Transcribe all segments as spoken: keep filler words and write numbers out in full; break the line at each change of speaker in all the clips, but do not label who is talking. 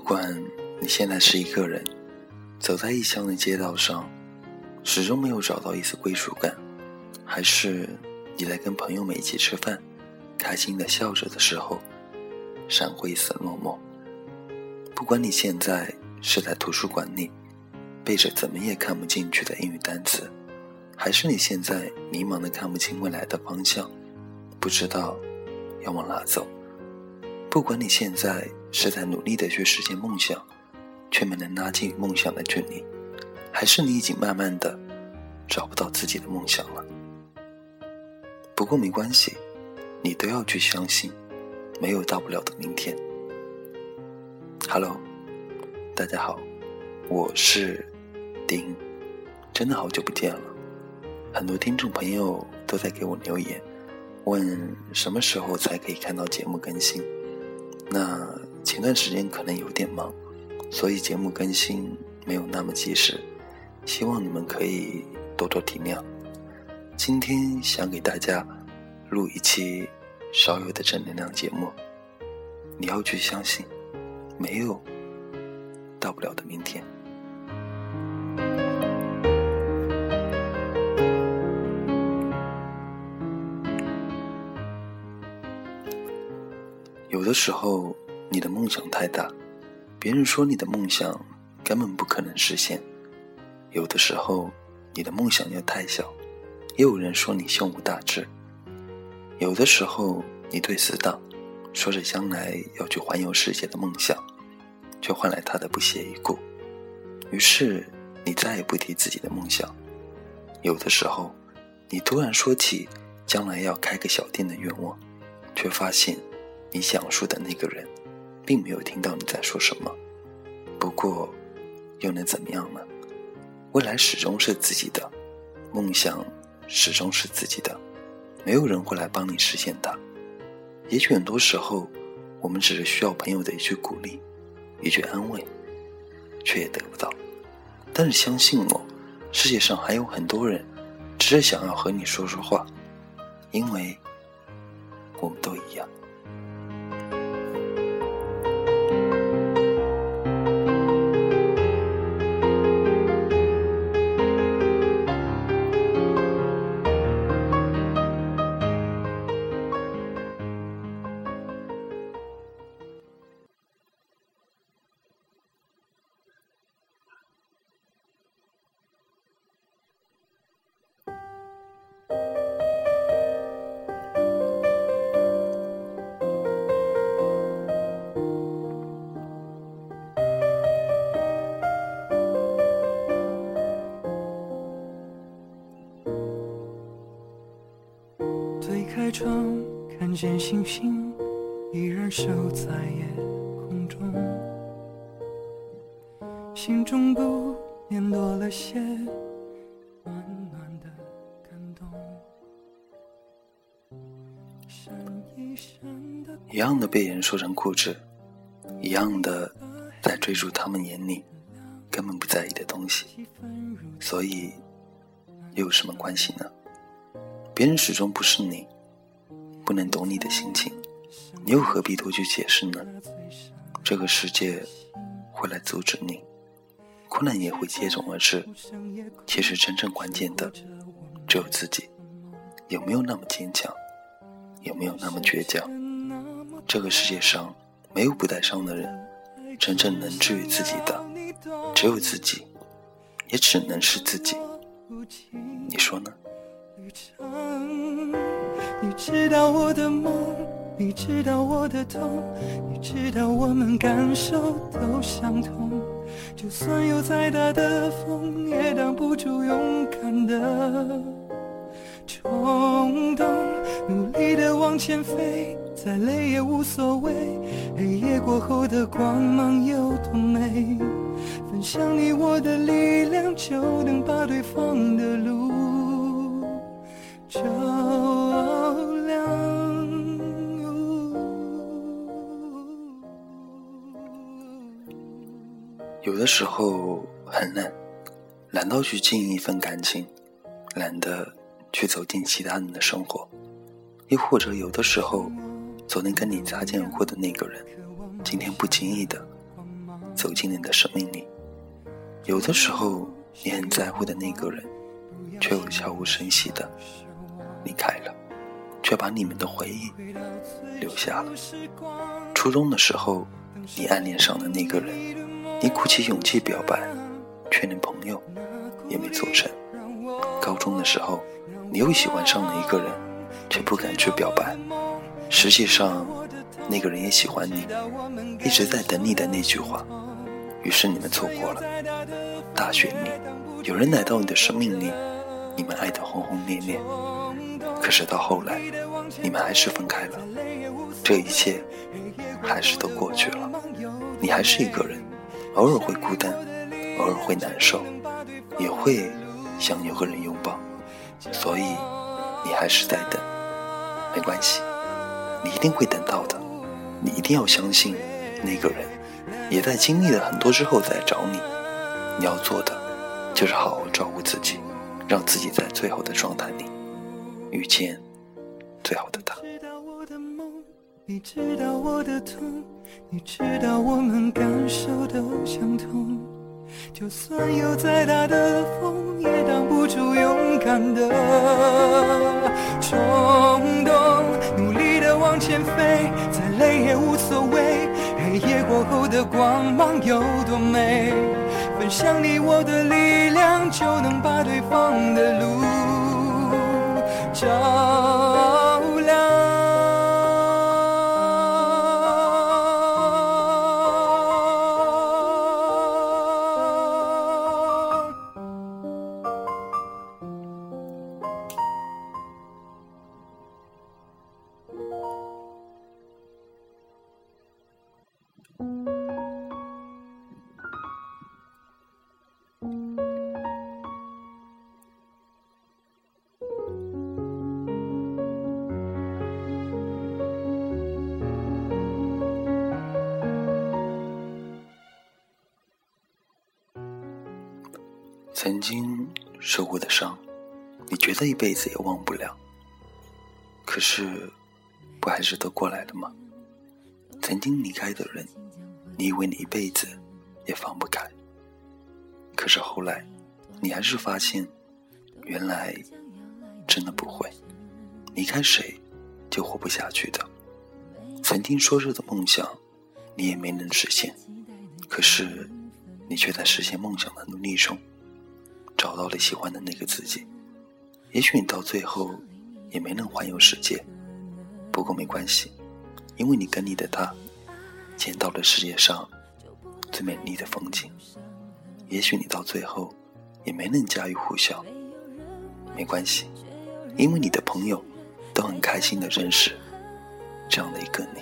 管你现在是一个人走在异乡的街道上，始终没有找到一丝归属感，还是你在跟朋友们一起吃饭，开心地笑着的时候闪过一丝落寞。不管你现在是在图书馆里背着怎么也看不进去的英语单词，还是你现在迷茫地看不清未来的方向，不知道要往哪走。不管你现在是在努力地去实现梦想，却没能拉近梦想的距离，还是你已经慢慢地找不到自己的梦想了。不过没关系，你都要去相信，没有大不了的明天。Hello， 大家好，我是丁，真的好久不见了。很多听众朋友都在给我留言，问什么时候才可以看到节目更新。那前段时间可能有点忙，所以节目更新没有那么及时，希望你们可以多多体谅。今天想给大家录一期少有的正能量节目，你要去相信，没有大不了的明天。有的时候你的梦想太大，别人说你的梦想根本不可能实现；有的时候你的梦想又太小，也有人说你胸无大志；有的时候你对死党说着将来要去环游世界的梦想，却换来他的不屑一顾，于是你再也不提自己的梦想。有的时候你突然说起将来要开个小店的愿望，却发现你讲述的那个人并没有听到你在说什么。不过又能怎么样呢？未来始终是自己的，梦想始终是自己的，没有人会来帮你实现它。也许很多时候我们只是需要朋友的一句鼓励，一句安慰，却也得不到。但是相信我，世界上还有很多人只是想要和你说说话，因为我们都一样。
推开窗，看见星星依然守在夜空中，心中不免多了些暖暖的感动。
一样的被人说成固执，一样的在追逐他们眼里根本不在意的东西，所以又有什么关系呢？别人始终不是你，不能懂你的心情，你又何必多去解释呢？这个世界会来阻止你，困难也会接踵而至。其实真正关键的只有自己，有没有那么坚强，有没有那么倔强。这个世界上没有不带伤的人，真正能治愈自己的只有自己，也只能是自己。你说呢？
你知道我的梦，你知道我的痛，你知道我们感受都相同。就算有再大的风，也挡不住勇敢的冲动。努力的往前飞，再累也无所谓，黑夜过后的光芒有多美。分享你我的力量，就能把对方的路照亮。
有的时候很懒，懒到去经营一份感情，懒得去走进其他人的生活。又或者有的时候，昨天跟你擦肩而过的那个人，今天不经意的走进你的生命里。有的时候你很在乎的那个人，却又悄无声息的离开了，却把你们的回忆留下了。初中的时候你暗恋上的那个人，你鼓起勇气表白，却连朋友也没做成。高中的时候你又喜欢上了一个人，却不敢去表白，实际上那个人也喜欢你，一直在等你的那句话，于是你们错过了。大学里有人来到你的生命里，你们爱得轰轰烈烈，可是到后来你们还是分开了，这一切还是都过去了。你还是一个人，偶尔会孤单，偶尔会难受，也会想有个人拥抱，所以你还是在等。没关系，你一定会等到的。你一定要相信，那个人也在经历了很多之后再找你。你要做的就是好好照顾自己，让自己在最后的状态里遇见最好的他。
你知道我的痛，你知道我们感受都相同，就算有再大的风也挡不住勇敢的冲动，努力的往前飞，再累也无所谓，黑夜过后的光芒有多美，分享你我的力量，就能把对方的路照亮。
曾经受过的伤，你觉得一辈子也忘不了，可是不还是都过来了吗？曾经离开的人，你以为你一辈子也放不开，可是后来你还是发现，原来真的不会，离开谁就活不下去的。曾经说着的梦想你也没能实现，可是你却在实现梦想的努力中找到了喜欢的那个自己。也许你到最后也没能环游世界，不过没关系，因为你跟你的他见到了世界上最美丽的风景。也许你到最后也没能家喻户晓，没关系，因为你的朋友都很开心地认识这样的一个你。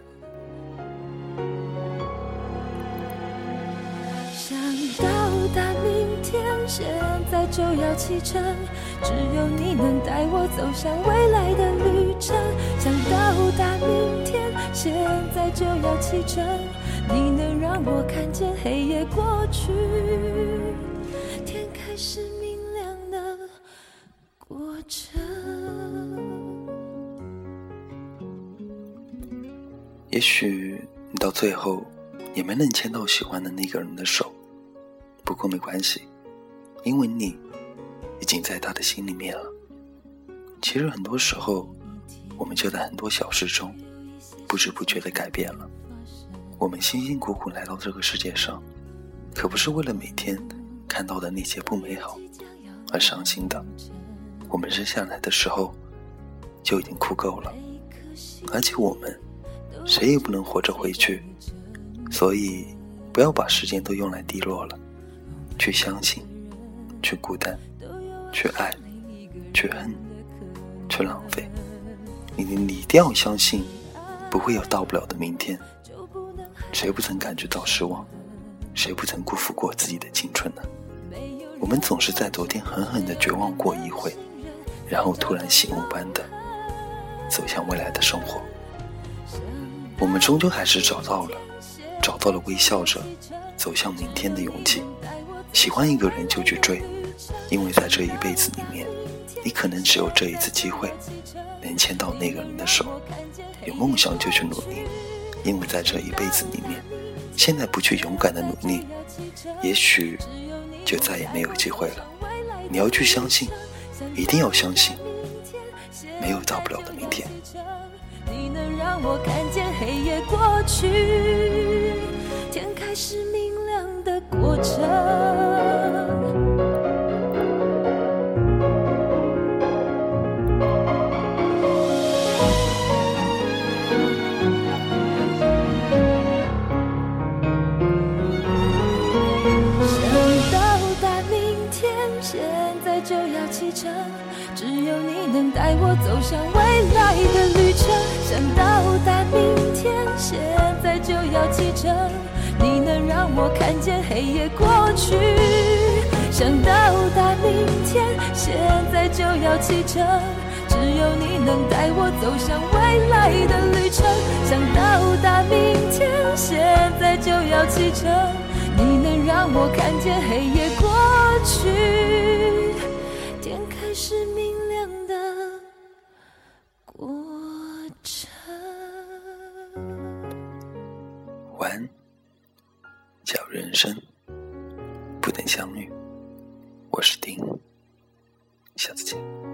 想到达明天，现在就要启程，只有你能带我走向未来的旅程。想到达明天，现在就要启程，你能让我看见黑夜过去，天开始明亮的过程。
也许你到最后也没能牵到喜欢的那个人的手，不过没关系，因为你已经在他的心里面了。其实很多时候我们就在很多小事中不知不觉地改变了。我们辛辛苦苦来到这个世界上，可不是为了每天看到的那些不美好而伤心的。我们生下来的时候就已经哭够了，而且我们谁也不能活着回去，所以不要把时间都用来低落了，去相信，去孤单，去爱，去恨，去浪费。你你一定要相信，不会有到不了的明天。谁不曾感觉到失望？谁不曾辜负过自己的青春呢？我们总是在昨天狠狠地绝望过一回，然后突然醒悟般的走向未来的生活。我们终究还是找到了找到了微笑着走向明天的勇气。喜欢一个人就去追，因为在这一辈子里面，你可能只有这一次机会能牵到那个人的手。有梦想就去努力，因为在这一辈子里面， 现在不去勇敢的努力，也许就再也没有机会了。你要去相信，一定要相信，没有到不了的明天。
你能让我看见黑夜过去，天开始明亮的过程。就要启程，只有你能带我走向未来的旅程。想到达明天，现在就要启程，你能让我看见黑夜过去。想到达明天，现在就要启程，只有你能带我走向未来的旅程。想到达明天，现在就要启程，你能让我看见黑夜过去，天开始明亮的过程。
晚安，假如人生不能相遇，我是丁，下次见。